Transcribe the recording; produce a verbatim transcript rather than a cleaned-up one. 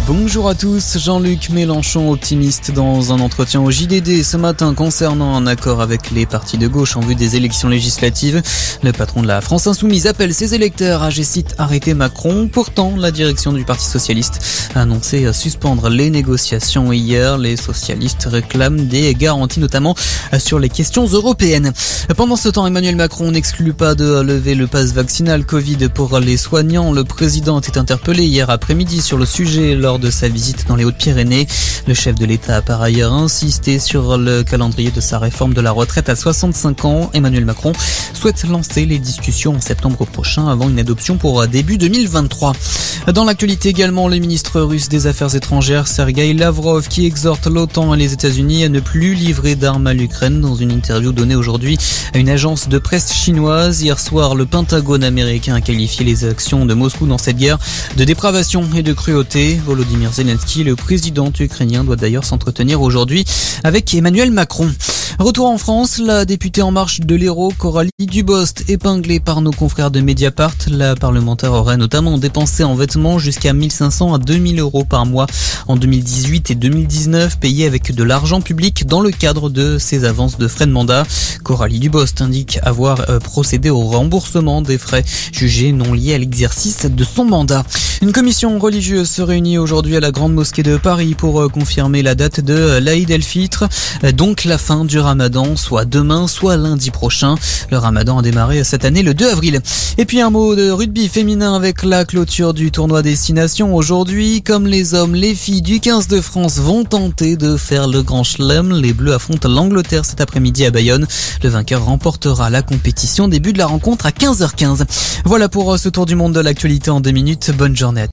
Bonjour à tous, Jean-Luc Mélenchon optimiste dans un entretien au J D D ce matin concernant un accord avec les partis de gauche en vue des élections législatives. Le patron de la France Insoumise appelle ses électeurs à, je cite, arrêter Macron. Pourtant, la direction du Parti Socialiste a annoncé suspendre les négociations hier. Les socialistes réclament des garanties notamment sur les questions européennes. Pendant ce temps, Emmanuel Macron n'exclut pas de lever le pass vaccinal Covid pour les soignants. Le président était interpellé hier après-midi sur le sujet lors de sa visite dans les Hautes-Pyrénées. Le chef de l'État a par ailleurs insisté sur le calendrier de sa réforme de la retraite à soixante-cinq ans. Emmanuel Macron souhaite lancer les discussions en septembre prochain avant une adoption pour début deux mille vingt-trois. Dans l'actualité également, le ministre russe des Affaires étrangères Sergueï Lavrov qui exhorte l'OTAN et les États-Unis à ne plus livrer d'armes à l'Ukraine dans une interview donnée aujourd'hui à une agence de presse chinoise. Hier soir, le Pentagone américain a qualifié les actions de Moscou dans cette guerre de dépravation et de cruauté. Volodymyr Zelensky, le président ukrainien, doit d'ailleurs s'entretenir aujourd'hui avec Emmanuel Macron. Retour en France, la députée En Marche de l'Hérault, Coralie Dubost, épinglée par nos confrères de Mediapart. La parlementaire aurait notamment dépensé en vêtements jusqu'à mille cinq cents à deux mille euros par mois en deux mille dix-huit et deux mille dix-neuf, payés avec de l'argent public dans le cadre de ses avances de frais de mandat. Coralie Dubost indique avoir procédé au remboursement des frais jugés non liés à l'exercice de son mandat. Une commission religieuse se réunit aujourd'hui à la Grande Mosquée de Paris pour confirmer la date de l'Aïd el-Fitr, donc la fin du Ramadan, soit demain, soit lundi prochain. Le Ramadan a démarré cette année le deux avril. Et puis un mot de rugby féminin avec la clôture du tournoi Destination aujourd'hui. Comme les hommes, les filles du quinze de France vont tenter de faire le grand chelem. Les Bleus affrontent l'Angleterre cet après-midi à Bayonne. Le vainqueur remportera la compétition. Début de la rencontre à quinze heures quinze. Voilà pour ce tour du monde de l'actualité en deux minutes. Bonne journée à tous.